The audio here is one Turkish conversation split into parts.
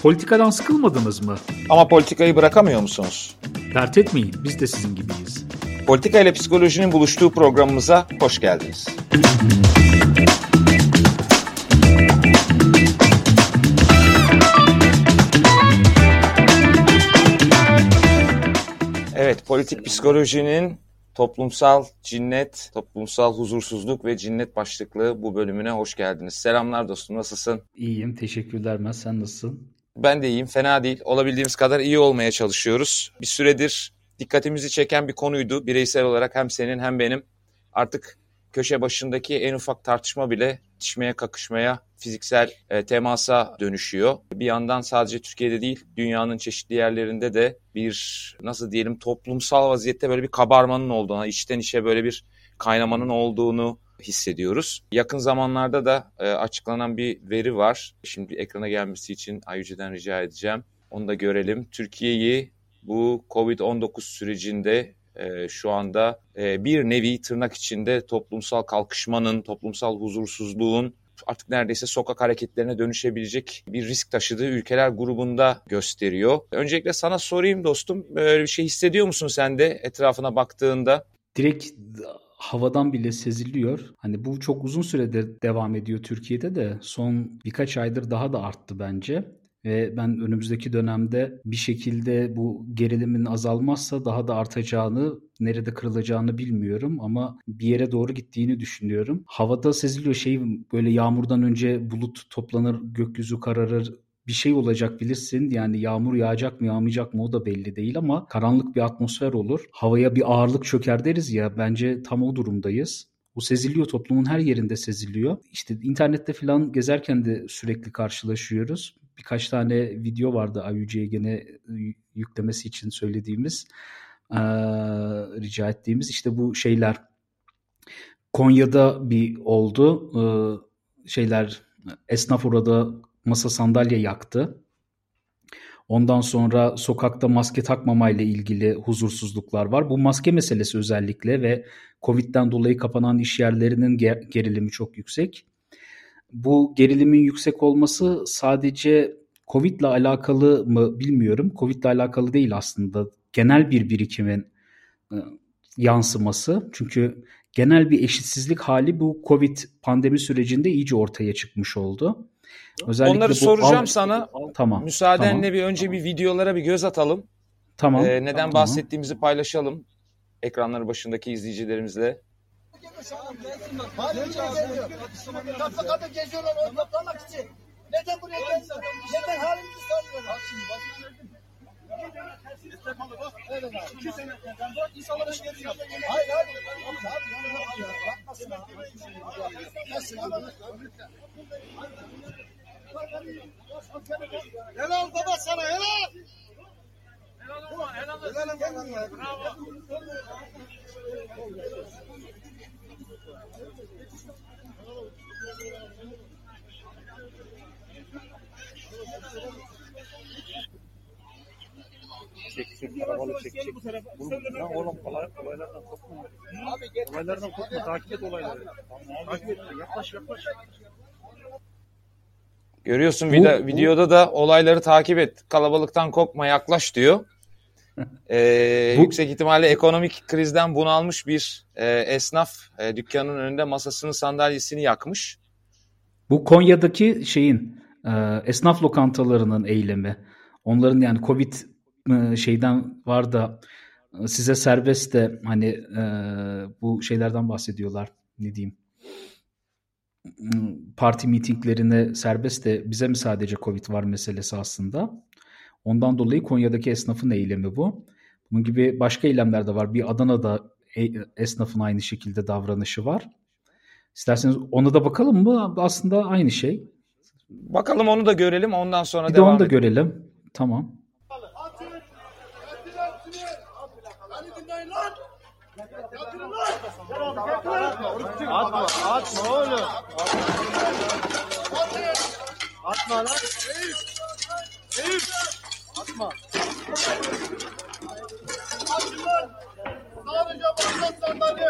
Politikadan sıkılmadınız mı? Ama politikayı bırakamıyor musunuz? Dert etmeyin, biz de sizin gibiyiz. Politika ile psikolojinin buluştuğu programımıza hoş geldiniz. Evet, politik psikolojinin toplumsal cinnet, toplumsal huzursuzluk ve cinnet başlıklı bu bölümüne hoş geldiniz. Selamlar dostum, nasılsın? İyiyim, teşekkürler. Sen nasılsın? Ben de iyiyim, fena değil. Olabildiğimiz kadar iyi olmaya çalışıyoruz. Bir süredir dikkatimizi çeken bir konuydu. Bireysel olarak hem senin hem benim. Artık köşe başındaki en ufak tartışma bile itişmeye, kakışmaya, fiziksel temasa dönüşüyor. Bir yandan sadece Türkiye'de değil, dünyanın çeşitli yerlerinde de bir, nasıl diyelim, toplumsal vaziyette böyle bir kabarmanın olduğunu, içten içe böyle bir kaynamanın olduğunu hissediyoruz. Yakın zamanlarda da açıklanan bir veri var. Şimdi ekrana gelmesi için Ayüce'den rica edeceğim. Onu da görelim. Türkiye'yi bu Covid-19 sürecinde şu anda bir nevi tırnak içinde toplumsal kalkışmanın, toplumsal huzursuzluğun artık neredeyse sokak hareketlerine dönüşebilecek bir risk taşıdığı ülkeler grubunda gösteriyor. Öncelikle sana sorayım dostum, böyle bir şey hissediyor musun sen de etrafına baktığında? Direkt havadan bile seziliyor. Hani bu çok uzun süredir devam ediyor Türkiye'de de son birkaç aydır daha da arttı bence. Ve ben önümüzdeki dönemde bir şekilde bu gerilimin azalmazsa daha da artacağını, nerede kırılacağını bilmiyorum ama bir yere doğru gittiğini düşünüyorum. Havada seziliyor böyle yağmurdan önce bulut toplanır, gökyüzü kararır. Bir şey olacak bilirsin, yani yağmur yağacak mı yağmayacak mı o da belli değil ama karanlık bir atmosfer olur. Havaya bir ağırlık çöker deriz ya, bence tam o durumdayız. Bu seziliyor, toplumun her yerinde seziliyor. İşte internette falan gezerken de sürekli karşılaşıyoruz. Birkaç tane video vardı Ayüce'ye gene yüklemesi için söylediğimiz, rica ettiğimiz. İşte bu şeyler Konya'da bir oldu. Esnaf orada masa sandalye yaktı. Ondan sonra sokakta maske takmamayla ilgili huzursuzluklar var. Bu maske meselesi özellikle ve Covid'den dolayı kapanan iş yerlerinin gerilimi çok yüksek. Bu gerilimin yüksek olması sadece Covid'le alakalı mı bilmiyorum. Covid'le alakalı değil aslında. Genel bir birikimin yansıması. Çünkü genel bir eşitsizlik hali bu Covid pandemi sürecinde iyice ortaya çıkmış oldu. Özellikle onları soracağım sana. Tamam. Müsaadenle tamam. Bir önce bir videolara bir göz atalım. Tamam. Neden tamam. bahsettiğimizi paylaşalım ekranları başındaki izleyicilerimizle. Kapı kapı geziyorlar oy toplamak için. Neden buraya geldiler? Neden halimizi soruyorlar? Evet abi. 2 seneden bu insanlara geliyor. Hayır abi. Yapmasın abi. Helal baba sana helal. Helal. Bravo. Çek karabalık çek. Lan oğlum olaylardan korkma. Olaylardan korkma, takip et olayları. Takip et, yaklaş. Görüyorsun videoda da olayları takip et. Kalabalıktan korkma, yaklaş diyor. Yüksek ihtimalle ekonomik krizden bunalmış bir esnaf dükkanın önünde masasını, sandalyesini yakmış. Bu Konya'daki esnaf lokantalarının eylemi. Onların yani Covid şeyden var da size serbest de hani bu şeylerden bahsediyorlar. Ne diyeyim? Parti mitinglerine serbest de bize mi sadece Covid var meselesi aslında. Ondan dolayı Konya'daki esnafın eylemi bu. Bunun gibi başka eylemler de var. Bir Adana'da esnafın aynı şekilde davranışı var. İsterseniz ona da bakalım mı? Aslında aynı şey. Bakalım, onu da görelim. Ondan sonra devam edelim. Onu da görelim. Tamam. Atma oğlum. Atma lan. Eyüp. Atma. Sadece başka sandalye.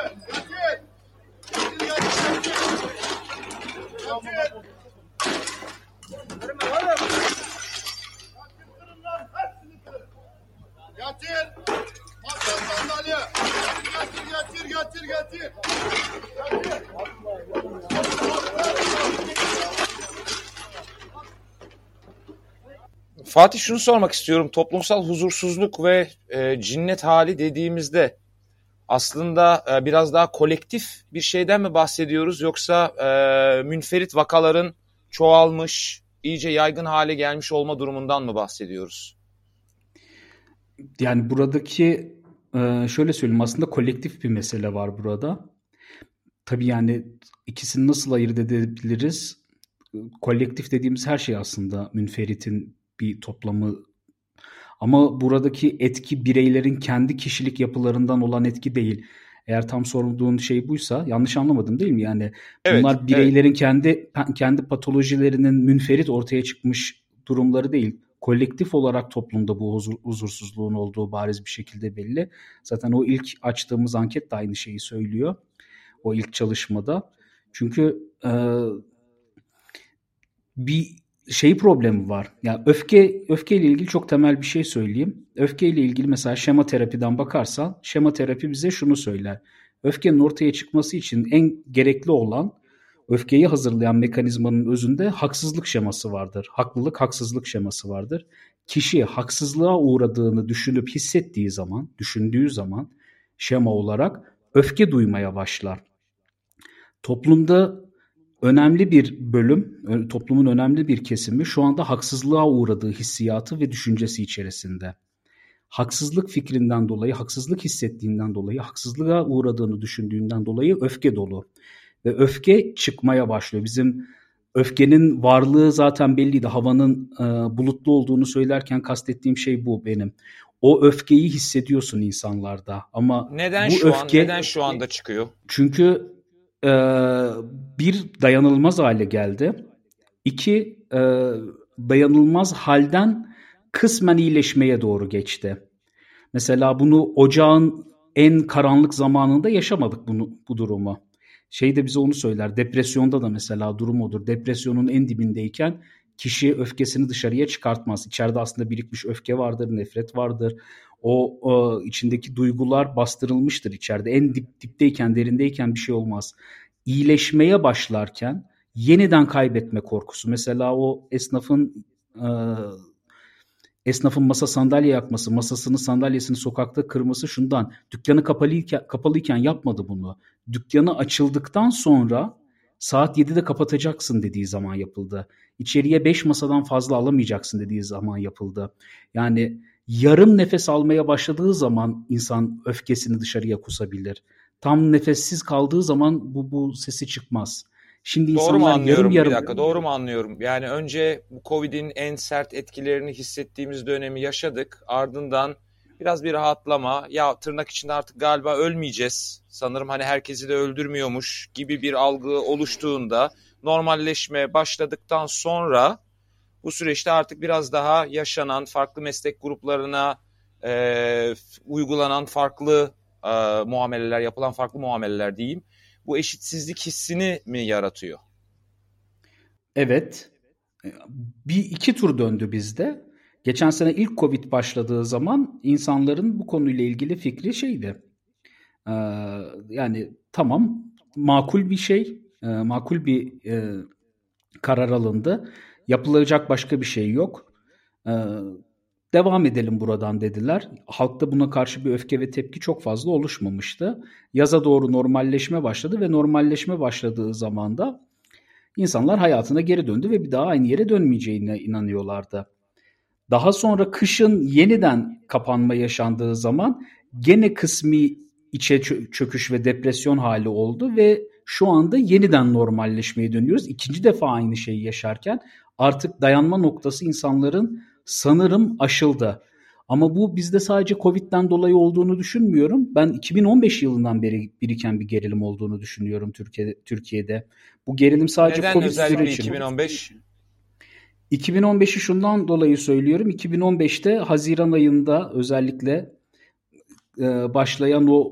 Fatih, şunu sormak istiyorum. Toplumsal huzursuzluk ve cinnet hali dediğimizde aslında biraz daha kolektif bir şeyden mi bahsediyoruz, yoksa münferit vakaların çoğalmış, iyice yaygın hale gelmiş olma durumundan mı bahsediyoruz? Yani buradaki şöyle söyleyeyim, aslında kolektif bir mesele var burada. Tabii yani ikisini nasıl ayırt edebiliriz? Kolektif dediğimiz her şey aslında münferitin bir toplamı. Ama buradaki etki bireylerin kendi kişilik yapılarından olan etki değil. Eğer tam sorduğun şey buysa, yanlış anlamadım değil mi? Yani Evet, bunlar evet. bireylerin kendi patolojilerinin münferit ortaya çıkmış durumları değil. Kolektif olarak toplumda bu huzursuzluğun olduğu bariz bir şekilde belli. Zaten o ilk açtığımız anket de aynı şeyi söylüyor. O ilk çalışmada. Çünkü bir şey problemi var. Ya öfkeyle ilgili çok temel bir şey söyleyeyim. Öfkeyle ilgili mesela şema terapiden bakarsan, şema terapi bize şunu söyler. Öfkenin ortaya çıkması için en gerekli olan, öfkeyi hazırlayan mekanizmanın özünde haksızlık şeması vardır. Haklılık, haksızlık şeması vardır. Kişi haksızlığa uğradığını düşünüp hissettiği zaman, düşündüğü zaman şema olarak öfke duymaya başlar. Toplumda önemli bir bölüm, toplumun önemli bir kesimi şu anda haksızlığa uğradığı hissiyatı ve düşüncesi içerisinde. Haksızlık fikrinden dolayı, haksızlık hissettiğinden dolayı, haksızlığa uğradığını düşündüğünden dolayı öfke dolu. Ve öfke çıkmaya başlıyor. Bizim öfkenin varlığı zaten belliydi. Havanın bulutlu olduğunu söylerken kastettiğim şey bu benim. O öfkeyi hissediyorsun insanlarda. Ama Neden bu öfke... Neden şu anda çıkıyor? Çünkü bir, dayanılmaz hale geldi. İki, dayanılmaz halden kısmen iyileşmeye doğru geçti. Mesela bunu ocağın en karanlık zamanında yaşamadık bu durumu. Şey de bize onu söyler. Depresyonda da mesela durum odur. Depresyonun en dibindeyken kişi öfkesini dışarıya çıkartmaz. İçeride aslında birikmiş öfke vardır, nefret vardır. O içindeki duygular bastırılmıştır içeride. En dipteyken, derindeyken bir şey olmaz. İyileşmeye başlarken yeniden kaybetme korkusu. Mesela o esnafın masa sandalye yakması, masasını sandalyesini sokakta kırması şundan. Dükkanı kapalıyken yapmadı bunu. Dükkanı açıldıktan sonra saat 7'de kapatacaksın dediği zaman yapıldı. İçeriye 5 masadan fazla alamayacaksın dediği zaman yapıldı. Yani yarım nefes almaya başladığı zaman insan öfkesini dışarıya kusabilir. Tam nefessiz kaldığı zaman bu sesi çıkmaz. Şimdi Doğru mu insanlar anlıyorum? yarım Bir dakika, doğru mu anlıyorum? Yani önce bu Covid'in en sert etkilerini hissettiğimiz dönemi yaşadık. Ardından biraz bir rahatlama. Ya tırnak içinde artık galiba ölmeyeceğiz. Sanırım hani herkesi de öldürmüyormuş gibi bir algı oluştuğunda, normalleşme başladıktan sonra bu süreçte artık biraz daha yaşanan, farklı meslek gruplarına uygulanan farklı muameleler, yapılan farklı muameleler diyeyim. Bu eşitsizlik hissini mi yaratıyor? Evet. İki tur döndü bizde. Geçen sene ilk Covid başladığı zaman insanların bu konuyla ilgili fikri şeydi. Yani tamam, makul bir şey, makul bir karar alındı. Yapılacak başka bir şey yok. Devam edelim buradan dediler. Halkta buna karşı bir öfke ve tepki çok fazla oluşmamıştı. Yaza doğru normalleşme başladı ve normalleşme başladığı zaman da İnsanlar hayatına geri döndü ve bir daha aynı yere dönmeyeceğine inanıyorlardı. Daha sonra kışın yeniden kapanma yaşandığı zaman gene kısmi içe çöküş ve depresyon hali oldu ve şu anda yeniden normalleşmeye dönüyoruz. İkinci defa aynı şeyi yaşarken artık dayanma noktası insanların sanırım aşıldı. Ama bu bizde sadece Covid'den dolayı olduğunu düşünmüyorum. Ben 2015 yılından beri biriken bir gerilim olduğunu düşünüyorum Türkiye'de. Bu gerilim sadece Neden Covid özellikle süreci. 2015? 2015'i şundan dolayı söylüyorum. 2015'te Haziran ayında özellikle başlayan o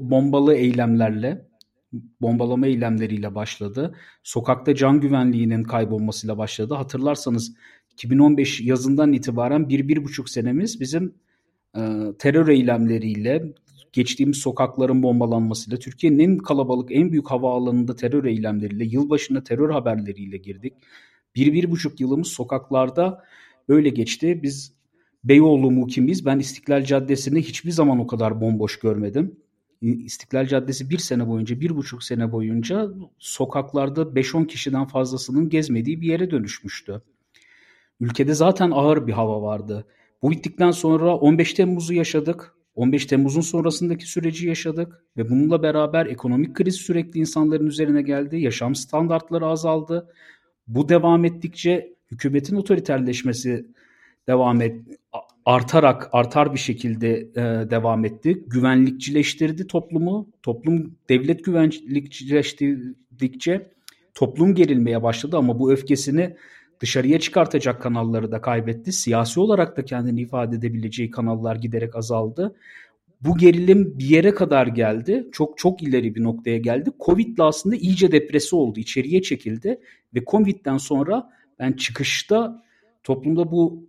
bombalama eylemleriyle başladı. Sokakta can güvenliğinin kaybolmasıyla başladı. Hatırlarsanız 2015 yazından itibaren 1-1,5 senemiz bizim terör eylemleriyle, geçtiğimiz sokakların bombalanmasıyla, Türkiye'nin en kalabalık, en büyük havaalanında terör eylemleriyle, yılbaşında terör haberleriyle girdik. 1-1,5 yılımız sokaklarda öyle geçti. Biz Beyoğlu mukimiyiz. Ben İstiklal Caddesi'ni hiçbir zaman o kadar bomboş görmedim. İstiklal Caddesi 1,5 sene boyunca sokaklarda 5-10 kişiden fazlasının gezmediği bir yere dönüşmüştü. Ülkede zaten ağır bir hava vardı. Bu bittikten sonra 15 Temmuz'u yaşadık. 15 Temmuz'un sonrasındaki süreci yaşadık ve bununla beraber ekonomik kriz sürekli insanların üzerine geldi. Yaşam standartları azaldı. Bu devam ettikçe hükümetin otoriterleşmesi artar bir şekilde devam etti. Güvenlikçileştirdi toplumu. Toplum devlet güvenlikçileştirdikçe toplum gerilmeye başladı ama bu öfkesini dışarıya çıkartacak kanalları da kaybetti. Siyasi olarak da kendini ifade edebileceği kanallar giderek azaldı. Bu gerilim bir yere kadar geldi. Çok çok ileri bir noktaya geldi. Covid'le aslında iyice depresi oldu. İçeriye çekildi ve Covid'den sonra ben çıkışta toplumda bu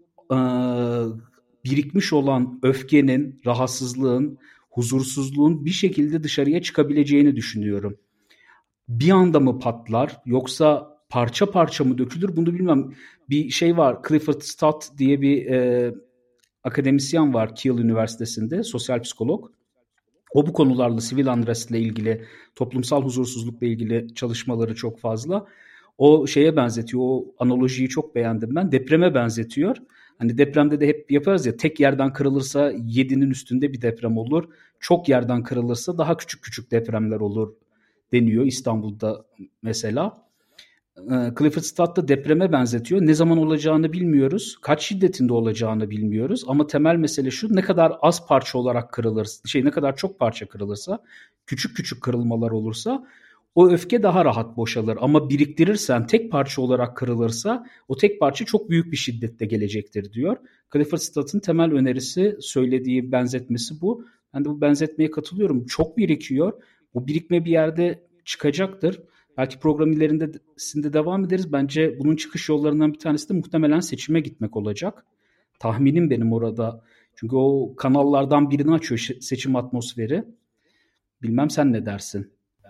birikmiş olan öfkenin, rahatsızlığın, huzursuzluğun bir şekilde dışarıya çıkabileceğini düşünüyorum. Bir anda mı patlar yoksa parça parça mı dökülür bunu bilmem. Bir şey var, Clifford Stott diye bir akademisyen var Kiel Üniversitesi'nde, sosyal psikolog. O bu konularla, sivil unrest'le ilgili, toplumsal huzursuzlukla ilgili çalışmaları çok fazla. O şeye benzetiyor, o analojiyi çok beğendim ben. Depreme benzetiyor. Hani depremde de hep yaparız ya, tek yerden kırılırsa 7'nin üstünde bir deprem olur. Çok yerden kırılırsa daha küçük küçük depremler olur deniyor İstanbul'da mesela. Clifford Stott da depreme benzetiyor. Ne zaman olacağını bilmiyoruz. Kaç şiddetinde olacağını bilmiyoruz. Ama temel mesele şu: ne kadar az parça olarak kırılırsa, ne kadar çok parça kırılırsa, küçük küçük kırılmalar olursa o öfke daha rahat boşalır. Ama biriktirirsen, tek parça olarak kırılırsa o tek parça çok büyük bir şiddette gelecektir diyor. Clifford Stott'ın temel önerisi, söylediği benzetmesi bu. Ben de bu benzetmeye katılıyorum. Çok birikiyor. Bu birikme bir yerde çıkacaktır. Belki program ilerisinde devam ederiz. Bence bunun çıkış yollarından bir tanesi de muhtemelen seçime gitmek olacak. Tahminim benim orada. Çünkü o kanallardan birini açıyor seçim atmosferi. Bilmem, sen ne dersin?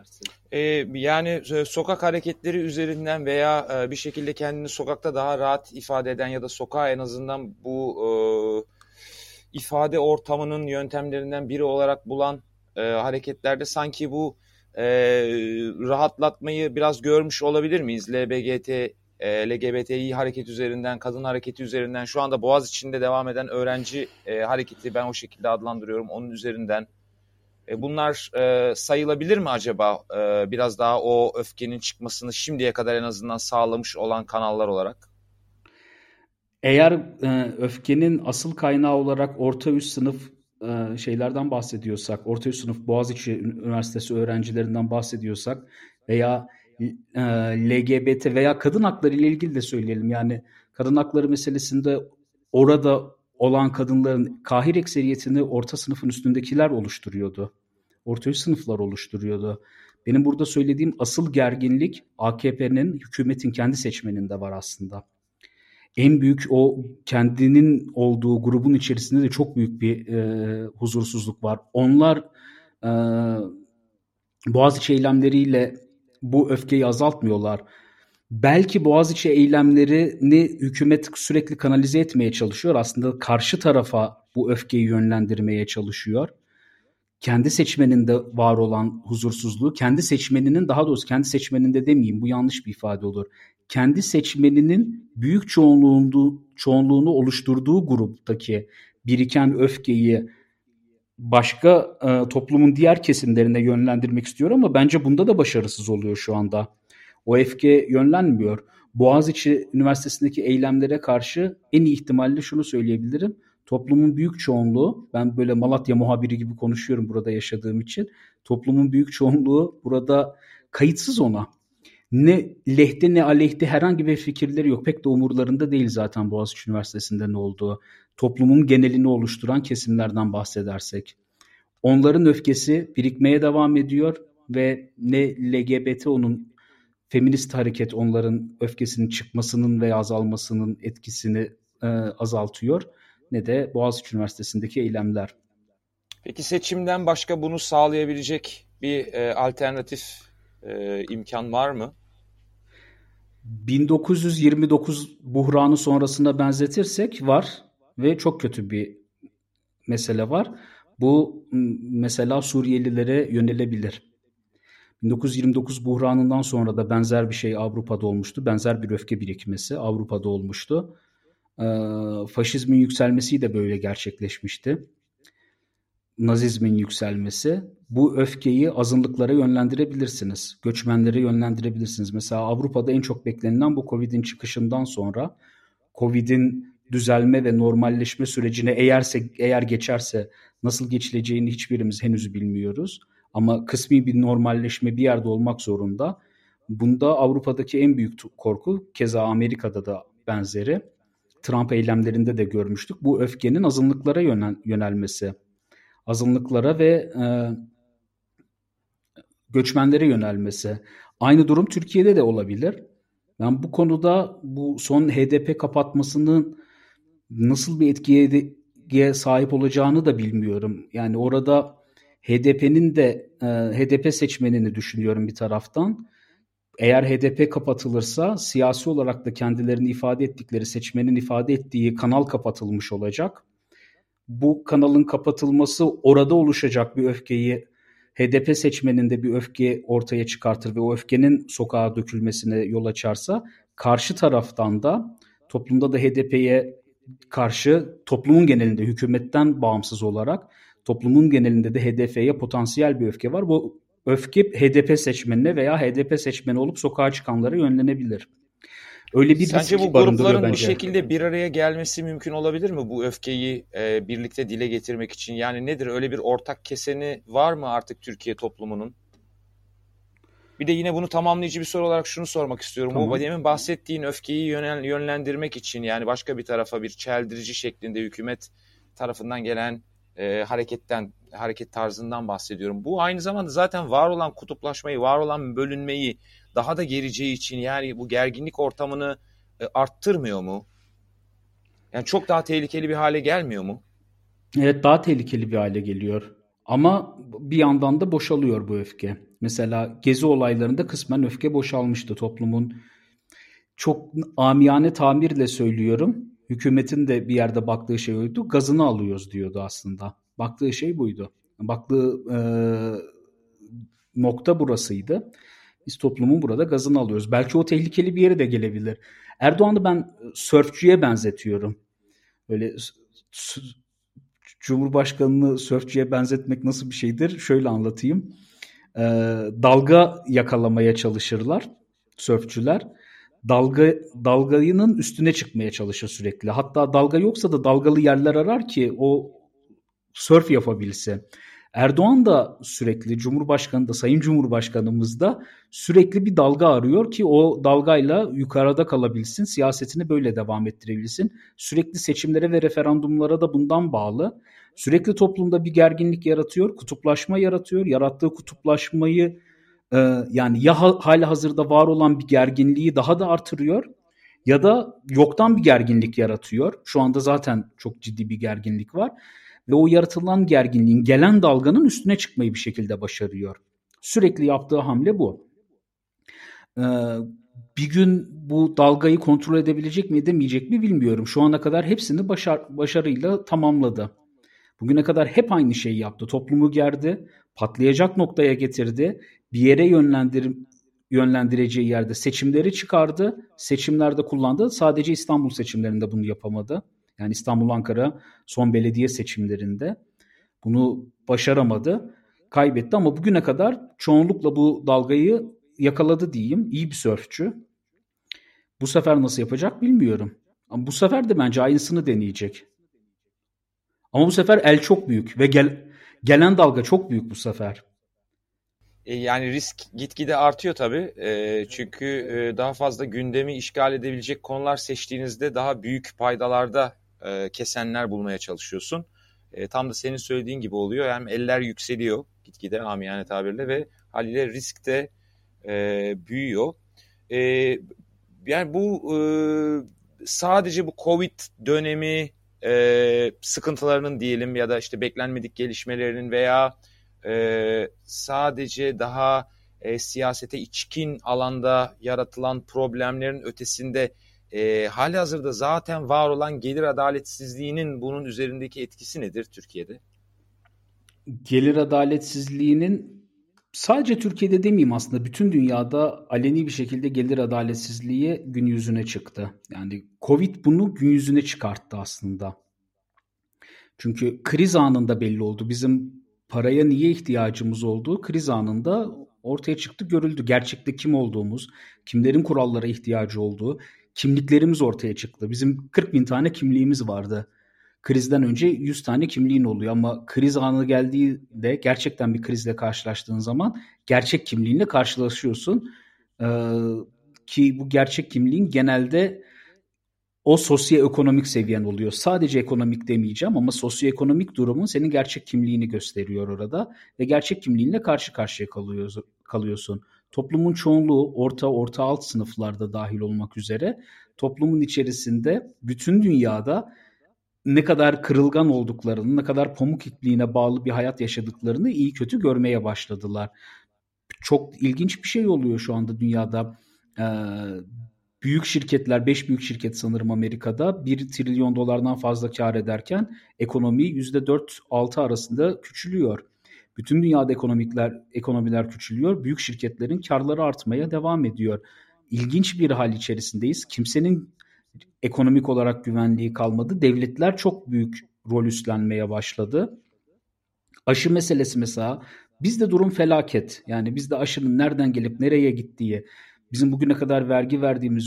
Yani sokak hareketleri üzerinden veya bir şekilde kendini sokakta daha rahat ifade eden ya da sokağa en azından bu ifade ortamının yöntemlerinden biri olarak bulan hareketlerde sanki bu rahatlatmayı biraz görmüş olabilir miyiz? LGBTİ hareket üzerinden, kadın hareketi üzerinden, şu anda Boğaziçi'nde devam eden öğrenci hareketi, ben o şekilde adlandırıyorum, onun üzerinden. Bunlar sayılabilir mi acaba? Biraz daha o öfkenin çıkmasını şimdiye kadar en azından sağlamış olan kanallar olarak. Eğer öfkenin asıl kaynağı olarak orta üst sınıf şeylerden bahsediyorsak, orta üst sınıf Boğaziçi Üniversitesi öğrencilerinden bahsediyorsak veya LGBT veya kadın hakları ile ilgili de söyleyelim. Yani kadın hakları meselesinde orada olan kadınların kahir ekseriyetini orta sınıfın üstündekiler oluşturuyordu. Orta üst sınıflar oluşturuyordu. Benim burada söylediğim asıl gerginlik AKP'nin, hükümetin kendi seçmeninde var aslında. En büyük, o kendinin olduğu grubun içerisinde de çok büyük bir huzursuzluk var. Onlar Boğaziçi eylemleriyle bu öfkeyi azaltmıyorlar. Belki Boğaziçi eylemlerini hükümet sürekli kanalize etmeye çalışıyor. Aslında karşı tarafa bu öfkeyi yönlendirmeye çalışıyor. Kendi seçmeninde var olan huzursuzluğu, kendi seçmeninin, daha doğrusu kendi seçmeninde demeyeyim, bu yanlış bir ifade olur. Kendi seçmeninin büyük çoğunluğunu oluşturduğu gruptaki biriken öfkeyi başka toplumun diğer kesimlerine yönlendirmek istiyor ama bence bunda da başarısız oluyor şu anda. O öfke yönlenmiyor. Boğaziçi Üniversitesi'ndeki eylemlere karşı en iyi ihtimalle şunu söyleyebilirim: toplumun büyük çoğunluğu, ben böyle Malatya muhabiri gibi konuşuyorum burada yaşadığım için, toplumun büyük çoğunluğu burada kayıtsız ona. Ne lehte ne aleyhte herhangi bir fikirleri yok. Pek de umurlarında değil zaten Boğaziçi Üniversitesi'nde ne olduğu. Toplumun genelini oluşturan kesimlerden bahsedersek. Onların öfkesi birikmeye devam ediyor ve ne LGBT, onun feminist hareket onların öfkesinin çıkmasının veya azalmasının etkisini azaltıyor, ne de Boğaziçi Üniversitesi'ndeki eylemler. Peki seçimden başka bunu sağlayabilecek bir alternatif imkan var mı? 1929 buhranı sonrasına benzetirsek var. ve çok kötü bir mesele var. Bu mesela Suriyelilere yönelebilir. 1929 buhranından sonra da benzer bir şey Avrupa'da olmuştu. Benzer bir öfke birikmesi Avrupa'da olmuştu. Faşizmin yükselmesi de böyle gerçekleşmişti. Nazizmin yükselmesi. Bu öfkeyi azınlıklara yönlendirebilirsiniz. Göçmenlere yönlendirebilirsiniz. Mesela Avrupa'da en çok beklenilen bu Covid'in çıkışından sonra Covid'in düzelme ve normalleşme sürecine eğer geçerse nasıl geçileceğini hiçbirimiz henüz bilmiyoruz. Ama kısmi bir normalleşme bir yerde olmak zorunda. Bunda Avrupa'daki en büyük korku, keza Amerika'da da benzeri, Trump eylemlerinde de görmüştük. Bu öfkenin azınlıklara yönelmesi, azınlıklara ve göçmenlere yönelmesi. Aynı durum Türkiye'de de olabilir. Ben bu konuda bu son HDP kapatmasının nasıl bir etkiye sahip olacağını da bilmiyorum. Yani orada HDP'nin de HDP seçmenini düşünüyorum bir taraftan. Eğer HDP kapatılırsa siyasi olarak da kendilerini ifade ettikleri, seçmenin ifade ettiği kanal kapatılmış olacak. Bu kanalın kapatılması orada oluşacak bir öfkeyi, HDP seçmeninde bir öfke ortaya çıkartır ve o öfkenin sokağa dökülmesine yol açarsa, karşı taraftan da toplumda da HDP'ye karşı toplumun genelinde, hükümetten bağımsız olarak toplumun genelinde de HDP'ye potansiyel bir öfke var. Bu öfke HDP seçmenine veya HDP seçmeni olup sokağa çıkanlara yönlenebilir. Öyle bir Sence risk bu barındırıyor grupların bu bence. şekilde bir araya gelmesi mümkün olabilir mi bu öfkeyi birlikte dile getirmek için? Yani nedir, öyle bir ortak keseni var mı artık Türkiye toplumunun? Bir de yine bunu tamamlayıcı bir soru olarak şunu sormak istiyorum. Tamam. Bu demin bahsettiğin öfkeyi yönlendirmek için, yani başka bir tarafa bir çeldirici şeklinde hükümet tarafından gelen hareket tarzından bahsediyorum. Bu aynı zamanda zaten var olan kutuplaşmayı, var olan bölünmeyi daha da gereceği için, yani bu gerginlik ortamını arttırmıyor mu? Yani çok daha tehlikeli bir hale gelmiyor mu? Evet, daha tehlikeli bir hale geliyor. Ama bir yandan da boşalıyor bu öfke. Mesela Gezi olaylarında kısmen öfke boşalmıştı toplumun. Çok amiyane tabirle söylüyorum. Hükümetin de bir yerde baktığı şey oydu. Gazını alıyoruz diyordu aslında. Baktığı şey buydu. Baktığı nokta burasıydı. Biz toplumun burada gazını alıyoruz. Belki o tehlikeli bir yere de gelebilir. Erdoğan'ı ben sörfçüye benzetiyorum. Böyle Cumhurbaşkanını sörfçüye benzetmek nasıl bir şeydir? Şöyle anlatayım. Dalga yakalamaya çalışırlar sörfçüler. Dalganın üstüne çıkmaya çalışır sürekli. Hatta dalga yoksa da dalgalı yerler arar ki o sörf yapabilse. Erdoğan da sürekli, Cumhurbaşkanı da, Sayın Cumhurbaşkanımız da sürekli bir dalga arıyor ki o dalgayla yukarıda kalabilsin, siyasetini böyle devam ettirebilsin. Sürekli seçimlere ve referandumlara da bundan bağlı. Sürekli toplumda bir gerginlik yaratıyor, kutuplaşma yaratıyor. Yarattığı kutuplaşmayı yani ya hali hazırda var olan bir gerginliği daha da artırıyor ya da yoktan bir gerginlik yaratıyor. Şu anda zaten çok ciddi bir gerginlik var. Ve o yaratılan gerginliğin, gelen dalganın üstüne çıkmayı bir şekilde başarıyor. Sürekli yaptığı hamle bu. Bir gün bu dalgayı kontrol edebilecek mi edemeyecek mi bilmiyorum. Şu ana kadar hepsini başarıyla tamamladı. Bugüne kadar hep aynı şeyi yaptı. Toplumu gerdi, patlayacak noktaya getirdi. Bir yere yönlendireceği yerde seçimleri çıkardı. Seçimlerde kullandı. Sadece İstanbul seçimlerinde bunu yapamadı. Yani İstanbul-Ankara son belediye seçimlerinde bunu başaramadı. Kaybetti ama bugüne kadar çoğunlukla bu dalgayı yakaladı diyeyim. İyi bir sörfçü. Bu sefer nasıl yapacak bilmiyorum. Ama bu sefer de bence aynısını deneyecek. Ama bu sefer el çok büyük ve gelen dalga çok büyük bu sefer. Yani risk gitgide artıyor tabii. Çünkü daha fazla gündemi işgal edebilecek konular seçtiğinizde daha büyük paydalarda kesenler bulmaya çalışıyorsun. Tam da senin söylediğin gibi oluyor. Yani eller yükseliyor gitgide amiyane tabirle ve haliyle risk de büyüyor. Yani bu sadece bu Covid dönemi sıkıntılarının diyelim ya da işte beklenmedik gelişmelerinin veya sadece daha siyasete içkin alanda yaratılan problemlerin ötesinde Halihazırda zaten var olan gelir adaletsizliğinin bunun üzerindeki etkisi nedir Türkiye'de? Gelir adaletsizliğinin sadece Türkiye'de demeyeyim, aslında bütün dünyada aleni bir şekilde gelir adaletsizliği gün yüzüne çıktı. Yani Covid bunu gün yüzüne çıkarttı aslında. Çünkü kriz anında belli oldu. Bizim paraya niye ihtiyacımız olduğu kriz anında ortaya çıktı, görüldü. Gerçekte kim olduğumuz, kimlerin kurallara ihtiyacı olduğu, kimliklerimiz ortaya çıktı. Bizim 40 bin tane kimliğimiz vardı. Krizden önce 100 tane kimliğin oluyor ama kriz anı geldiğinde, gerçekten bir krizle karşılaştığın zaman gerçek kimliğinle karşılaşıyorsun. Ki bu gerçek kimliğin genelde o sosyoekonomik seviyen oluyor. Sadece ekonomik demeyeceğim ama sosyoekonomik durumun senin gerçek kimliğini gösteriyor orada ve gerçek kimliğinle karşı karşıya kalıyorsun. Toplumun çoğunluğu orta alt sınıflarda dahil olmak üzere toplumun içerisinde bütün dünyada ne kadar kırılgan olduklarını, ne kadar pamuk ipliğine bağlı bir hayat yaşadıklarını iyi kötü görmeye başladılar. Çok ilginç bir şey oluyor şu anda dünyada. Büyük şirketler, 5 büyük şirket sanırım Amerika'da 1 trilyon dolardan fazla kar ederken ekonomi %4-6 arasında küçülüyor. Bütün dünyada ekonomiler küçülüyor. Büyük şirketlerin karları artmaya devam ediyor. İlginç bir hal içerisindeyiz. Kimsenin ekonomik olarak güvenliği kalmadı. Devletler çok büyük rol üstlenmeye başladı. Aşı meselesi mesela, bizde durum felaket. Yani bizde aşının nereden gelip nereye gittiği, bizim bugüne kadar vergi verdiğimiz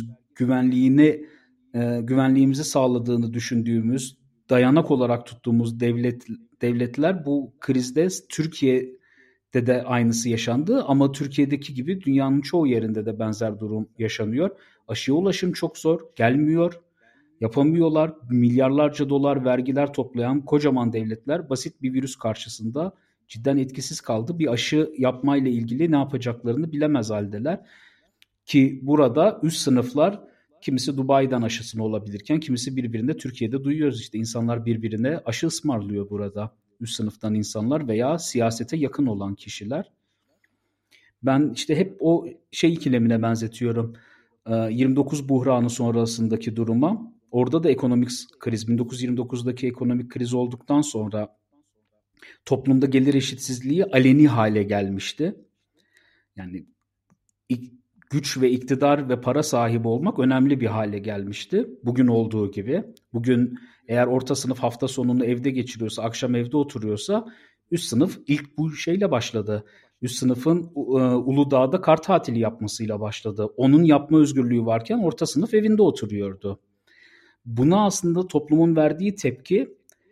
güvenliğimizi sağladığını düşündüğümüz, dayanak olarak tuttuğumuz devletler bu krizde, Türkiye'de de aynısı yaşandı ama Türkiye'deki gibi dünyanın çoğu yerinde de benzer durum yaşanıyor. Aşıya ulaşım çok zor, gelmiyor, yapamıyorlar. Milyarlarca dolar vergiler toplayan kocaman devletler basit bir virüs karşısında cidden etkisiz kaldı. Bir aşı yapmayla ilgili ne yapacaklarını bilemez haldeler. Ki burada üst sınıflar, kimisi Dubai'den aşısını olabilirken kimisi birbirine, Türkiye'de duyuyoruz işte, insanlar birbirine aşı ısmarlıyor burada. Üst sınıftan insanlar veya siyasete yakın olan kişiler. Ben işte hep o ikilemine benzetiyorum. 29 buhranı sonrasındaki duruma. Orada da ekonomik kriz, 1929'daki ekonomik kriz olduktan sonra toplumda gelir eşitsizliği aleni hale gelmişti. Yani güç ve iktidar ve para sahibi olmak önemli bir hale gelmişti. Bugün olduğu gibi. Bugün eğer orta sınıf hafta sonunu evde geçiriyorsa, akşam evde oturuyorsa, üst sınıf ilk bu şeyle başladı. Üst sınıfın Uludağ'da kar tatili yapmasıyla başladı. Onun yapma özgürlüğü varken orta sınıf evinde oturuyordu. Buna aslında toplumun verdiği tepki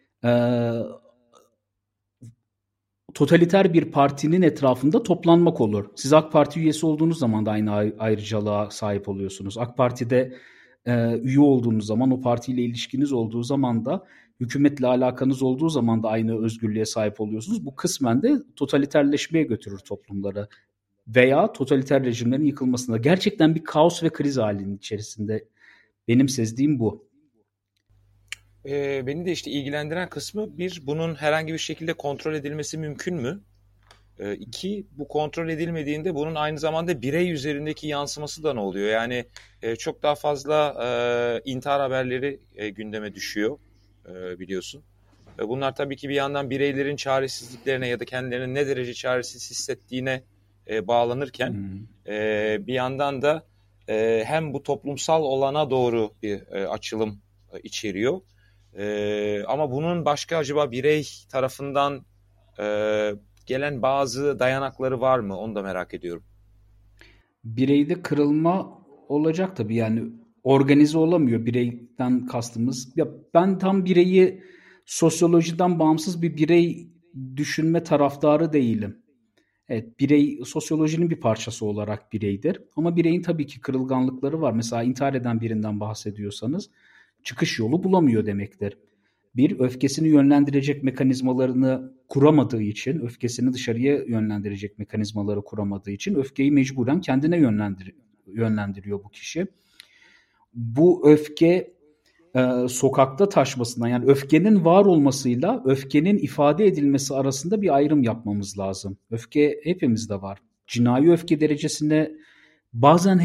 totaliter bir partinin etrafında toplanmak olur. Siz AK Parti üyesi olduğunuz zaman da aynı ayrıcalığa sahip oluyorsunuz. AK Parti'de üye olduğunuz zaman, o partiyle ilişkiniz olduğu zaman da, hükümetle alakanız olduğu zaman da aynı özgürlüğe sahip oluyorsunuz. Bu kısmen de totaliterleşmeye götürür toplumları veya totaliter rejimlerin yıkılmasına. Gerçekten bir kaos ve kriz halinin içerisinde. Benim sezdiğim bu. Beni de işte ilgilendiren kısmı, bir, bunun herhangi bir şekilde kontrol edilmesi mümkün mü? İki, bu kontrol edilmediğinde bunun aynı zamanda birey üzerindeki yansıması da ne oluyor? Yani çok daha fazla intihar haberleri gündeme düşüyor, biliyorsun. Bunlar tabii ki bir yandan bireylerin çaresizliklerine ya da kendilerini ne derece çaresiz hissettiğine bağlanırken bir yandan da hem bu toplumsal olana doğru bir açılım içeriyor. Ama bunun başka acaba birey tarafından gelen bazı dayanakları var mı? Onu da merak ediyorum. Bireyde kırılma olacak tabii, yani organize olamıyor bireyden kastımız. Ya ben tam bireyi sosyolojiden bağımsız bir birey düşünme taraftarı değilim. Evet, birey sosyolojinin bir parçası olarak bireydir. Ama bireyin tabii ki kırılganlıkları var. Mesela intihar eden birinden bahsediyorsanız çıkış yolu bulamıyor demektir. Bir, öfkesini yönlendirecek mekanizmalarını kuramadığı için, öfkesini dışarıya yönlendirecek mekanizmaları kuramadığı için öfkeyi mecburen kendine yönlendiriyor bu kişi. Bu öfke sokakta taşmasından, yani öfkenin var olmasıyla öfkenin ifade edilmesi arasında bir ayrım yapmamız lazım. Öfke hepimizde var. Cinayi öfke derecesine bazen hep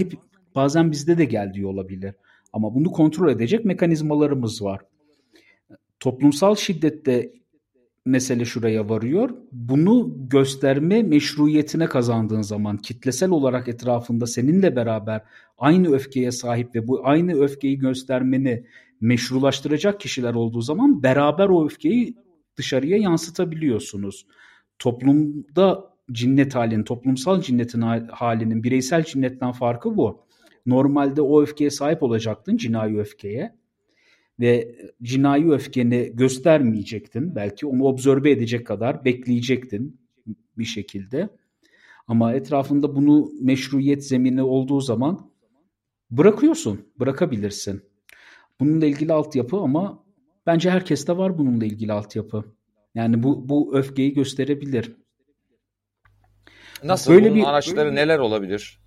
bazen bizde de geldiği olabilir. Ama bunu kontrol edecek mekanizmalarımız var. Toplumsal şiddette mesele şuraya varıyor. Bunu gösterme meşruiyetine kazandığın zaman, kitlesel olarak etrafında seninle beraber aynı öfkeye sahip ve bu aynı öfkeyi göstermeni meşrulaştıracak kişiler olduğu zaman beraber o öfkeyi dışarıya yansıtabiliyorsunuz. Toplumda cinnet halinin, toplumsal cinnetin halinin bireysel cinnetten farkı bu. Normalde o öfkeye sahip olacaktın, cinayi öfkeye. Ve cinayi öfkeni göstermeyecektin. Belki onu observe edecek kadar bekleyecektin bir şekilde. Ama etrafında bunu meşruiyet zemini olduğu zaman bırakıyorsun, bırakabilirsin. Bununla ilgili altyapı ama bence herkeste var bununla ilgili altyapı. Yani bu öfkeyi gösterebilir. Nasıl? Bunun araçları neler olabilir?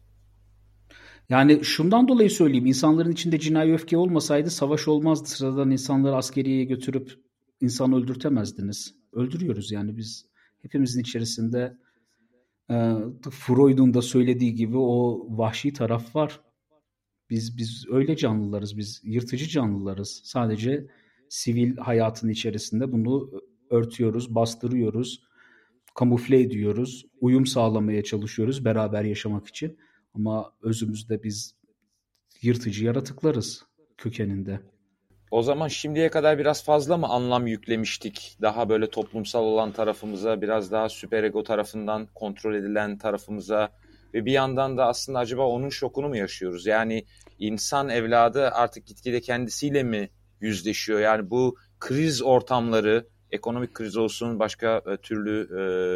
Yani şundan dolayı söyleyeyim, insanların içinde cinayi öfke olmasaydı savaş olmazdı. Sıradan insanları askeriyeye götürüp insan öldürtemezdiniz. Öldürüyoruz yani biz. Hepimizin içerisinde Freud'un da söylediği gibi o vahşi taraf var. Biz öyle canlılarız, biz yırtıcı canlılarız. Sadece sivil hayatın içerisinde bunu örtüyoruz, bastırıyoruz, kamufle ediyoruz, uyum sağlamaya çalışıyoruz beraber yaşamak için. Ama özümüzde biz yırtıcı yaratıklarız kökeninde. O zaman şimdiye kadar biraz fazla mı anlam yüklemiştik? Daha böyle toplumsal olan tarafımıza, biraz daha süperego tarafından kontrol edilen tarafımıza ve bir yandan da aslında acaba onun şokunu mu yaşıyoruz? Yani insan evladı artık gitgide kendisiyle mi yüzleşiyor? Yani bu kriz ortamları, ekonomik kriz olsun, başka türlü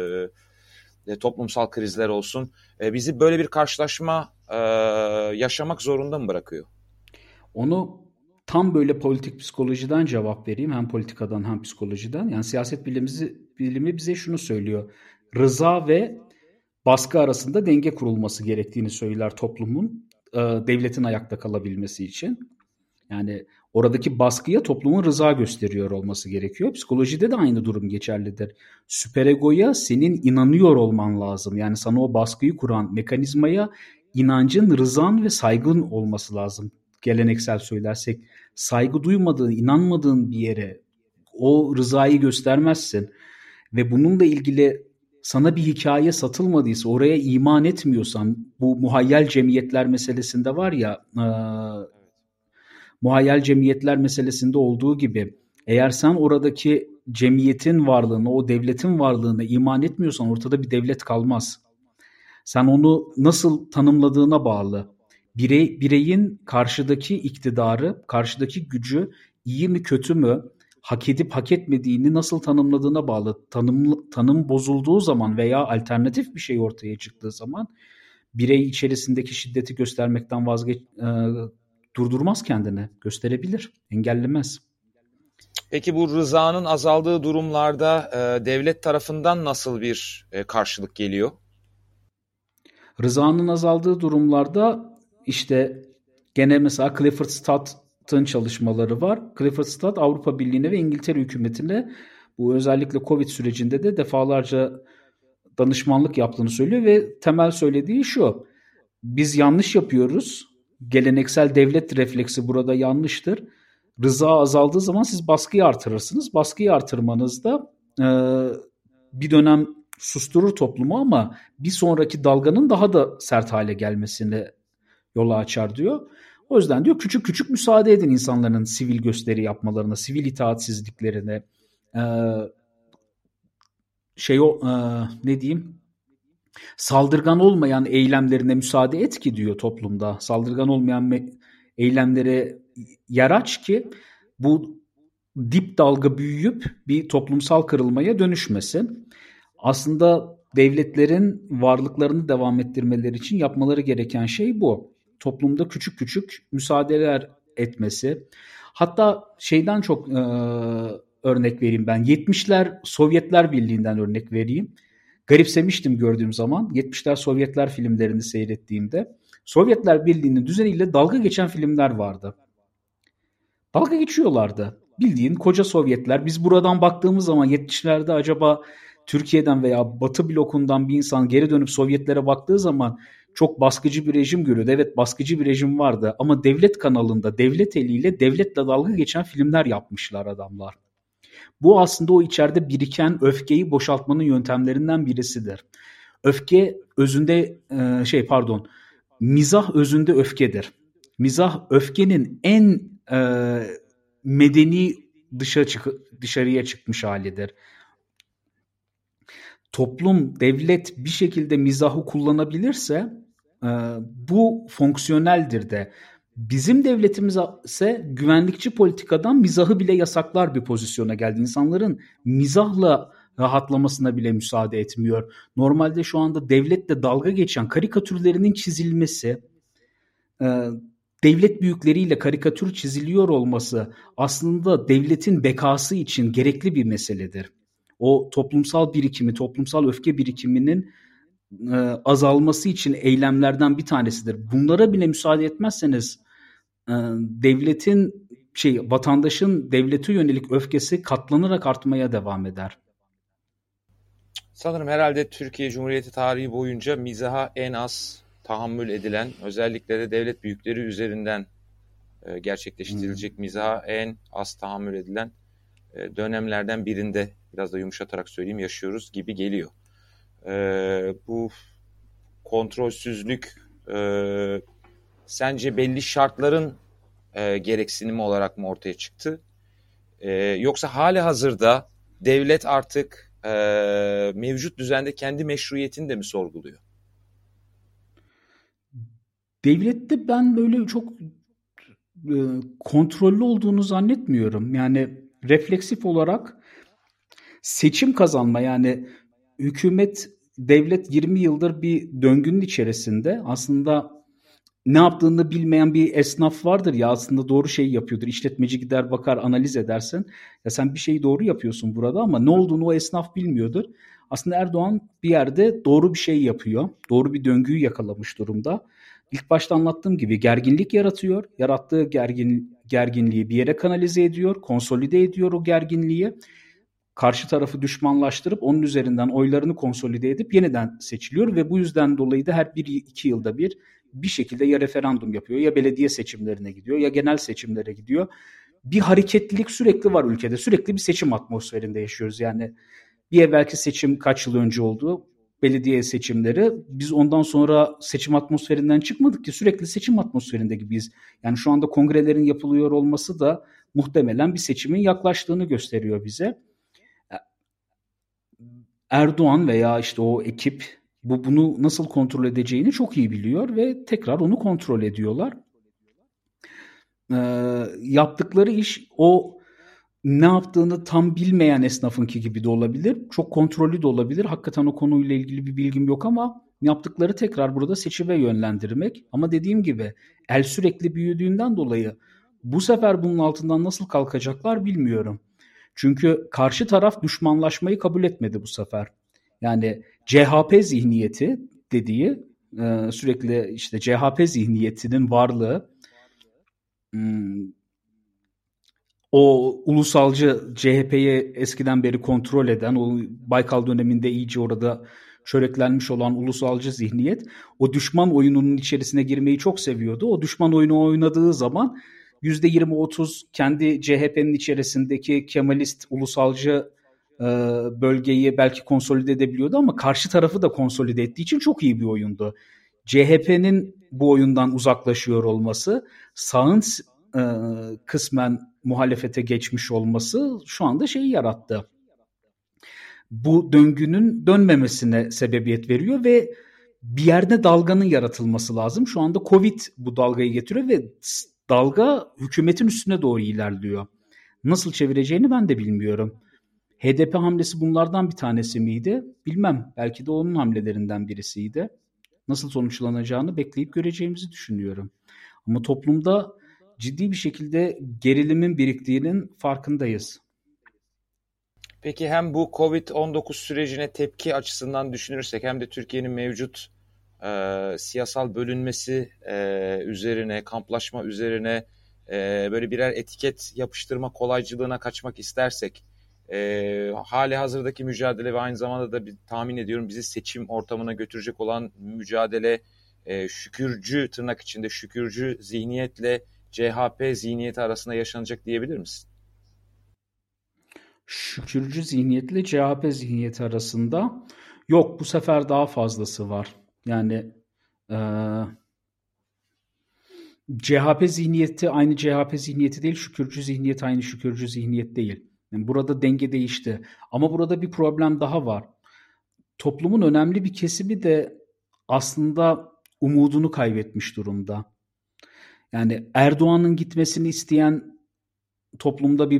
toplumsal krizler olsun, bizi böyle bir karşılaşma yaşamak zorunda mı bırakıyor? Onu tam böyle politik psikolojiden cevap vereyim. Hem politikadan hem psikolojiden. Yani siyaset bilimi bize şunu söylüyor. Rıza ve baskı arasında denge kurulması gerektiğini söyler toplumun, devletin ayakta kalabilmesi için. Yani oradaki baskıya toplumun rıza gösteriyor olması gerekiyor. Psikolojide de aynı durum geçerlidir. Süperegoya senin inanıyor olman lazım. Yani sana o baskıyı kuran mekanizmaya inancın, rızan ve saygın olması lazım. Geleneksel söylersek, saygı duymadığın, inanmadığın bir yere o rızayı göstermezsin. Ve bununla ilgili sana bir hikaye satılmadıysa, oraya iman etmiyorsan, bu muhayyel cemiyetler meselesinde var ya, muhayyel cemiyetler meselesinde olduğu gibi, eğer sen oradaki cemiyetin varlığına, o devletin varlığına iman etmiyorsan ortada bir devlet kalmaz. Sen onu nasıl tanımladığına bağlı. Bireyin karşıdaki iktidarı, karşıdaki gücü iyi mi kötü mü, hak edip hak etmediğini nasıl tanımladığına bağlı. Tanım bozulduğu zaman veya alternatif bir şey ortaya çıktığı zaman birey içerisindeki şiddeti göstermekten durdurmaz kendini, gösterebilir, engellemez. Peki bu rızanın azaldığı durumlarda devlet tarafından nasıl bir karşılık geliyor? Rızanın azaldığı durumlarda işte gene mesela Clifford Stott'ın çalışmaları var. Clifford Stott Avrupa Birliği'ne ve İngiltere hükümetine bu özellikle Covid sürecinde de defalarca danışmanlık yaptığını söylüyor ve temel söylediği şu: biz yanlış yapıyoruz. Geleneksel devlet refleksi burada yanlıştır. Rıza azaldığı zaman siz baskıyı artırırsınız. Baskıyı artırmanız da bir dönem susturur toplumu ama bir sonraki dalganın daha da sert hale gelmesine yolu açar diyor. O yüzden diyor küçük küçük müsaade edin insanların sivil gösteri yapmalarına, sivil itaatsizliklerine, ne diyeyim, saldırgan olmayan eylemlerine müsaade et ki diyor toplumda. Saldırgan olmayan eylemlere yer aç ki bu dip dalga büyüyüp bir toplumsal kırılmaya dönüşmesin. Aslında devletlerin varlıklarını devam ettirmeleri için yapmaları gereken şey bu. Toplumda küçük küçük müsaadeler etmesi. Hatta şeyden çok örnek vereyim ben. 70'ler Sovyetler Birliği'nden örnek vereyim. Garipsemiştim gördüğüm zaman. 70'ler Sovyetler filmlerini seyrettiğimde. Sovyetler Birliği'nin düzeniyle dalga geçen filmler vardı. Dalga geçiyorlardı. Bildiğin koca Sovyetler. Biz buradan baktığımız zaman 70'lerde acaba Türkiye'den veya Batı blokundan bir insan geri dönüp Sovyetlere baktığı zaman çok baskıcı bir rejim görüyordu. Evet, baskıcı bir rejim vardı ama devlet kanalında, devlet eliyle devletle dalga geçen filmler yapmışlar adamlar. Bu aslında o içeride biriken öfkeyi boşaltmanın yöntemlerinden birisidir. Öfke özünde mizah özünde öfkedir. Mizah öfkenin en medeni dışarıya çıkmış halidir. Toplum, devlet bir şekilde mizahı kullanabilirse bu fonksiyoneldir de. Bizim devletimiz ise güvenlikçi politikadan mizahı bile yasaklar bir pozisyona geldi. İnsanların mizahla rahatlamasına bile müsaade etmiyor. Normalde şu anda devletle dalga geçen karikatürlerinin çizilmesi, devlet büyükleriyle karikatür çiziliyor olması aslında devletin bekası için gerekli bir meseledir. O toplumsal birikimi, toplumsal öfke birikiminin azalması için eylemlerden bir tanesidir. Bunlara bile müsaade etmezseniz vatandaşın devlete yönelik öfkesi katlanarak artmaya devam eder. Sanırım herhalde Türkiye Cumhuriyeti tarihi boyunca mizaha en az tahammül edilen, özellikle de devlet büyükleri üzerinden gerçekleştirilecek mizaha en az tahammül edilen dönemlerden birinde, biraz da yumuşatarak söyleyeyim, yaşıyoruz gibi geliyor. Bu kontrolsüzlük sence belli şartların gereksinimi olarak mı ortaya çıktı? Yoksa hali hazırda devlet artık mevcut düzende kendi meşruiyetini de mi sorguluyor? Devlette ben böyle çok kontrollü olduğunu zannetmiyorum. Yani refleksif olarak seçim kazanma, yani hükümet, devlet 20 yıldır bir döngünün içerisinde, aslında ne yaptığını bilmeyen bir esnaf vardır ya, aslında doğru şeyi yapıyordur. İşletmeci gider bakar, analiz edersin. Ya sen bir şeyi doğru yapıyorsun burada ama ne olduğunu o esnaf bilmiyordur. Aslında Erdoğan bir yerde doğru bir şey yapıyor. Doğru bir döngüyü yakalamış durumda. İlk başta anlattığım gibi gerginlik yaratıyor. Yarattığı gerginliği bir yere kanalize ediyor, konsolide ediyor o gerginliği. Karşı tarafı düşmanlaştırıp onun üzerinden oylarını konsolide edip yeniden seçiliyor ve bu yüzden dolayı da her 1-2 yılda bir şekilde ya referandum yapıyor, ya belediye seçimlerine gidiyor, ya genel seçimlere gidiyor. Bir hareketlilik sürekli var ülkede. Sürekli bir seçim atmosferinde yaşıyoruz. Yani bir evvelki seçim kaç yıl önce oldu? Belediye seçimleri. Biz ondan sonra seçim atmosferinden çıkmadık ki, sürekli seçim atmosferinde gibiyiz. Yani şu anda kongrelerin yapılıyor olması da muhtemelen bir seçimin yaklaştığını gösteriyor bize. Erdoğan veya işte o ekip bunu nasıl kontrol edeceğini çok iyi biliyor ve tekrar onu kontrol ediyorlar. Yaptıkları iş, o ne yaptığını tam bilmeyen esnafınki gibi de olabilir. Çok kontrollü de olabilir. Hakikaten o konuyla ilgili bir bilgim yok ama yaptıkları tekrar burada seçime yönlendirmek. Ama dediğim gibi el sürekli büyüdüğünden dolayı bu sefer bunun altından nasıl kalkacaklar bilmiyorum. Çünkü karşı taraf düşmanlaşmayı kabul etmedi bu sefer. Yani CHP zihniyeti dediği, sürekli işte CHP zihniyetinin varlığı, o ulusalcı CHP'yi eskiden beri kontrol eden, o Baykal döneminde iyice orada çöreklenmiş olan ulusalcı zihniyet, o düşman oyununun içerisine girmeyi çok seviyordu. O düşman oyunu oynadığı zaman %20-30 kendi CHP'nin içerisindeki Kemalist, ulusalcı bölgeyi belki konsolide edebiliyordu ama karşı tarafı da konsolide ettiği için çok iyi bir oyundu. CHP'nin bu oyundan uzaklaşıyor olması, sağın kısmen muhalefete geçmiş olması şu anda şeyi yarattı. Bu döngünün dönmemesine sebebiyet veriyor ve bir yerde dalganın yaratılması lazım. Şu anda Covid bu dalgayı getiriyor ve dalga hükümetin üstüne doğru ilerliyor. Nasıl çevireceğini ben de bilmiyorum. HDP hamlesi bunlardan bir tanesi miydi? Bilmem. Belki de onun hamlelerinden birisiydi. Nasıl sonuçlanacağını bekleyip göreceğimizi düşünüyorum. Ama toplumda ciddi bir şekilde gerilimin biriktiğinin farkındayız. Peki hem bu Covid-19 sürecine tepki açısından düşünürsek hem de Türkiye'nin mevcut siyasal bölünmesi üzerine, kamplaşma üzerine böyle birer etiket yapıştırma kolaycılığına kaçmak istersek, hali hazırdaki mücadele ve aynı zamanda da tahmin ediyorum bizi seçim ortamına götürecek olan mücadele şükürcü, tırnak içinde şükürcü zihniyetle CHP zihniyeti arasında yaşanacak diyebilir misin? Şükürcü zihniyetle CHP zihniyeti arasında yok, bu sefer daha fazlası var. Yani CHP zihniyeti aynı CHP zihniyeti değil, şükürcü zihniyet aynı şükürcü zihniyet değil. Yani burada denge değişti. Ama burada bir problem daha var. Toplumun önemli bir kesimi de aslında umudunu kaybetmiş durumda. Yani Erdoğan'ın gitmesini isteyen toplumda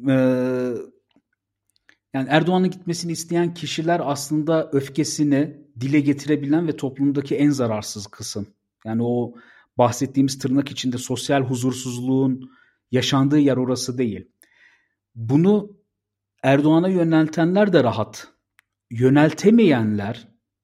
yani Erdoğan'ın gitmesini isteyen kişiler aslında öfkesini dile getirebilen ve toplumdaki en zararsız kısım. Yani o bahsettiğimiz tırnak içinde sosyal huzursuzluğun yaşandığı yer orası değil. Bunu Erdoğan'a yöneltenler de rahat. Yöneltemeyenler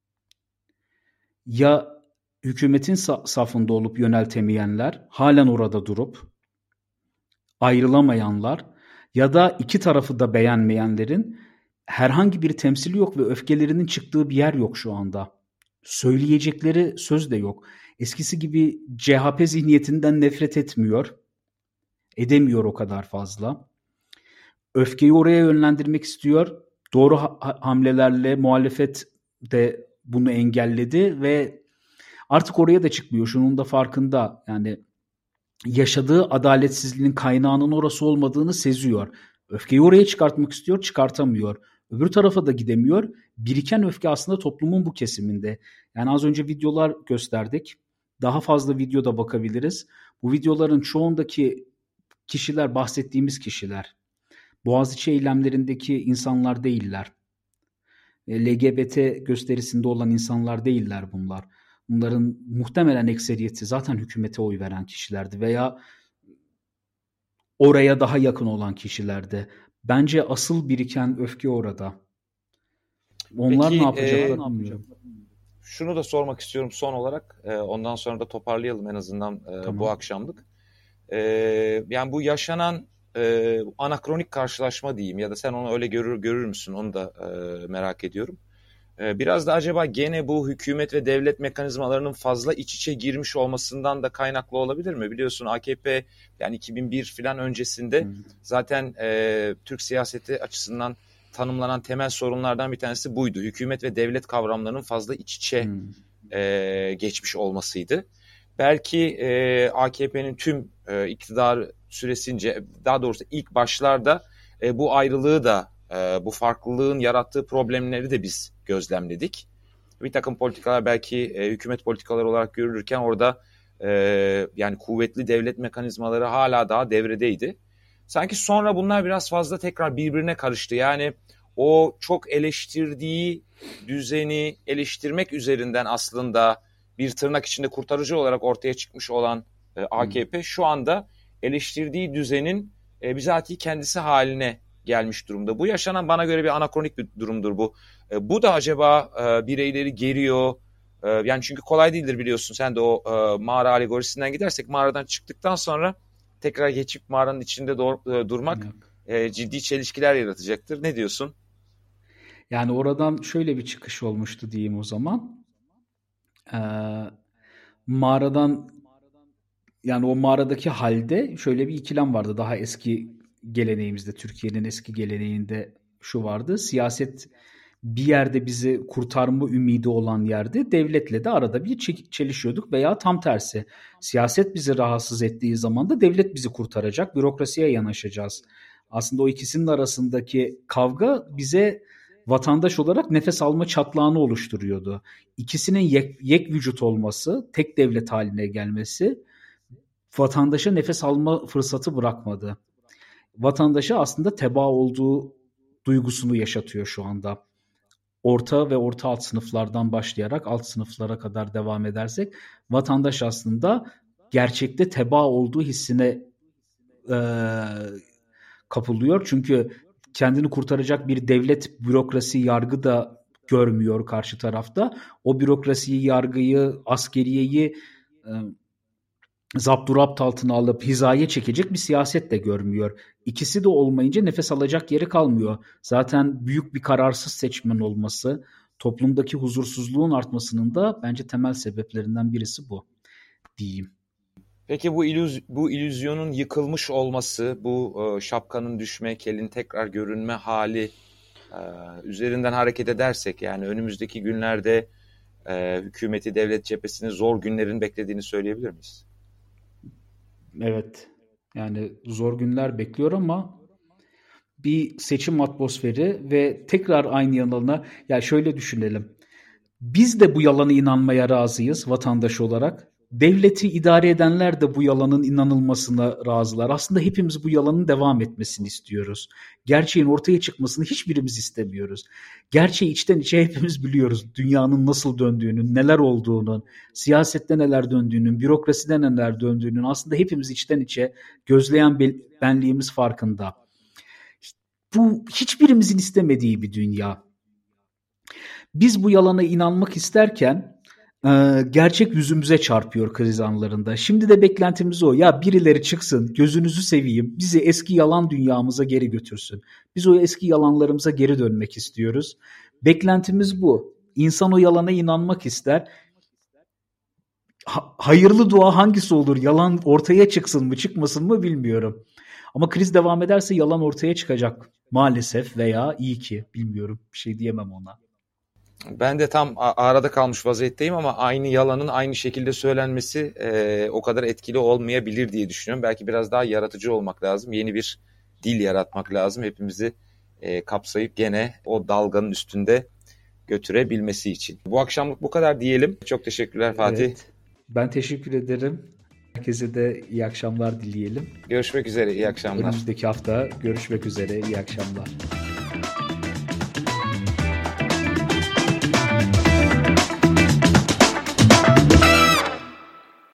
ya hükümetin safında olup yöneltemeyenler, halen orada durup ayrılamayanlar ya da iki tarafı da beğenmeyenlerin herhangi bir temsili yok ve öfkelerinin çıktığı bir yer yok şu anda. Söyleyecekleri söz de yok. Eskisi gibi CHP zihniyetinden nefret etmiyor. Edemiyor o kadar fazla. Öfkeyi oraya yönlendirmek istiyor. Doğru hamlelerle muhalefet de bunu engelledi ve artık oraya da çıkmıyor. Şunun da farkında. Yani yaşadığı adaletsizliğin kaynağının orası olmadığını seziyor. Öfkeyi oraya çıkartmak istiyor, çıkartamıyor. Öbür tarafa da gidemiyor. Biriken öfke aslında toplumun bu kesiminde. Yani az önce videolar gösterdik. Daha fazla videoda bakabiliriz. Bu videoların çoğundaki kişiler, bahsettiğimiz kişiler. Boğaziçi eylemlerindeki insanlar değiller. LGBT gösterisinde olan insanlar değiller bunlar. Bunların muhtemelen ekseriyeti zaten hükümete oy veren kişilerdi veya oraya daha yakın olan kişilerdi. Bence asıl biriken öfke orada. Onlar Peki, ne yapacaklar bilmiyorum. Şunu da sormak istiyorum son olarak. Ondan sonra da toparlayalım en azından Tamam. bu akşamlık. Yani bu yaşanan anakronik karşılaşma diyeyim ya da sen onu öyle görür müsün, onu da merak ediyorum. Biraz da acaba gene bu hükümet ve devlet mekanizmalarının fazla iç içe girmiş olmasından da kaynaklı olabilir mi? Biliyorsun AKP yani 2001 falan öncesinde zaten Türk siyaseti açısından tanımlanan temel sorunlardan bir tanesi buydu. Hükümet ve devlet kavramlarının fazla iç içe geçmiş olmasıydı. Belki AKP'nin tüm iktidar süresince, daha doğrusu ilk başlarda bu ayrılığı da, bu farklılığın yarattığı problemleri de biz gözlemledik. Bir takım politikalar belki hükümet politikaları olarak görülürken orada yani kuvvetli devlet mekanizmaları hala daha devredeydi. Sanki sonra bunlar biraz fazla tekrar birbirine karıştı. Yani o çok eleştirdiği düzeni eleştirmek üzerinden aslında bir tırnak içinde kurtarıcı olarak ortaya çıkmış olan AKP şu anda eleştirdiği düzenin bizatihi kendisi haline gelmiş durumda. Bu yaşanan bana göre bir anakronik bir durumdur bu. Bu da acaba bireyleri geriyor. Yani çünkü kolay değildir biliyorsun. Sen de o mağara alegorisinden gidersek mağaradan çıktıktan sonra tekrar geçip mağaranın içinde durmak ciddi çelişkiler yaratacaktır. Ne diyorsun? Yani oradan şöyle bir çıkış olmuştu diyeyim o zaman. Mağaradan, yani o mağaradaki halde şöyle bir ikilem vardı. Daha eski geleneğimizde, Türkiye'nin eski geleneğinde şu vardı. Siyaset bir yerde bizi kurtarma ümidi olan yerde devletle de arada bir çelişiyorduk veya tam tersi. Siyaset bizi rahatsız ettiği zaman da devlet bizi kurtaracak, bürokrasiye yanaşacağız. Aslında o ikisinin arasındaki kavga bize vatandaş olarak nefes alma çatlağını oluşturuyordu. İkisinin yek vücut olması, tek devlet haline gelmesi vatandaşa nefes alma fırsatı bırakmadı. Vatandaşa aslında tebaa olduğu duygusunu yaşatıyor şu anda. Orta ve orta alt sınıflardan başlayarak alt sınıflara kadar devam edersek vatandaş aslında gerçekte tebaa olduğu hissine kapılıyor. Çünkü kendini kurtaracak bir devlet, bürokrasi, yargı da görmüyor karşı tarafta. O bürokrasiyi, yargıyı, askeriyeyi zapturapt altına alıp hizaya çekecek bir siyaset de görmüyor. İkisi de olmayınca nefes alacak yeri kalmıyor. Zaten büyük bir kararsız seçmen olması, toplumdaki huzursuzluğun artmasının da bence temel sebeplerinden birisi bu diyeyim. Peki bu illüzyonun yıkılmış olması, bu şapkanın düşme, kelin tekrar görünme hali üzerinden hareket edersek, yani önümüzdeki günlerde hükümeti, devlet cephesini zor günlerin beklediğini söyleyebilir miyiz? Evet, yani zor günler bekliyor ama bir seçim atmosferi ve tekrar aynı yalanına, ya şöyle düşünelim. Biz de bu yalana inanmaya razıyız vatandaş olarak. Devleti idare edenler de bu yalanın inanılmasına razılar. Aslında hepimiz bu yalanın devam etmesini istiyoruz. Gerçeğin ortaya çıkmasını hiçbirimiz istemiyoruz. Gerçeği içten içe hepimiz biliyoruz. Dünyanın nasıl döndüğünün, neler olduğunun, siyasette neler döndüğünün, bürokraside neler döndüğünün aslında hepimiz içten içe gözleyen benliğimiz farkında. Bu hiçbirimizin istemediği bir dünya. Biz bu yalana inanmak isterken gerçek yüzümüze çarpıyor kriz anlarında. Şimdi de beklentimiz o. Ya birileri çıksın, gözünüzü seveyim, bizi eski yalan dünyamıza geri götürsün. Biz o eski yalanlarımıza geri dönmek istiyoruz. Beklentimiz bu. İnsan o yalana inanmak ister. Hayırlı dua hangisi olur? Yalan ortaya çıksın mı, çıkmasın mı bilmiyorum. Ama kriz devam ederse yalan ortaya çıkacak. Maalesef veya iyi ki, bilmiyorum. Bir şey diyemem ona. Ben de tam arada kalmış vaziyetteyim ama aynı yalanın aynı şekilde söylenmesi o kadar etkili olmayabilir diye düşünüyorum. Belki biraz daha yaratıcı olmak lazım. Yeni bir dil yaratmak lazım. Hepimizi kapsayıp gene o dalganın üstünde götürebilmesi için. Bu akşamlık bu kadar diyelim. Çok teşekkürler Fatih. Evet, ben teşekkür ederim. Herkese de iyi akşamlar dileyelim. Görüşmek üzere, iyi akşamlar. Önümüzdeki hafta görüşmek üzere, iyi akşamlar.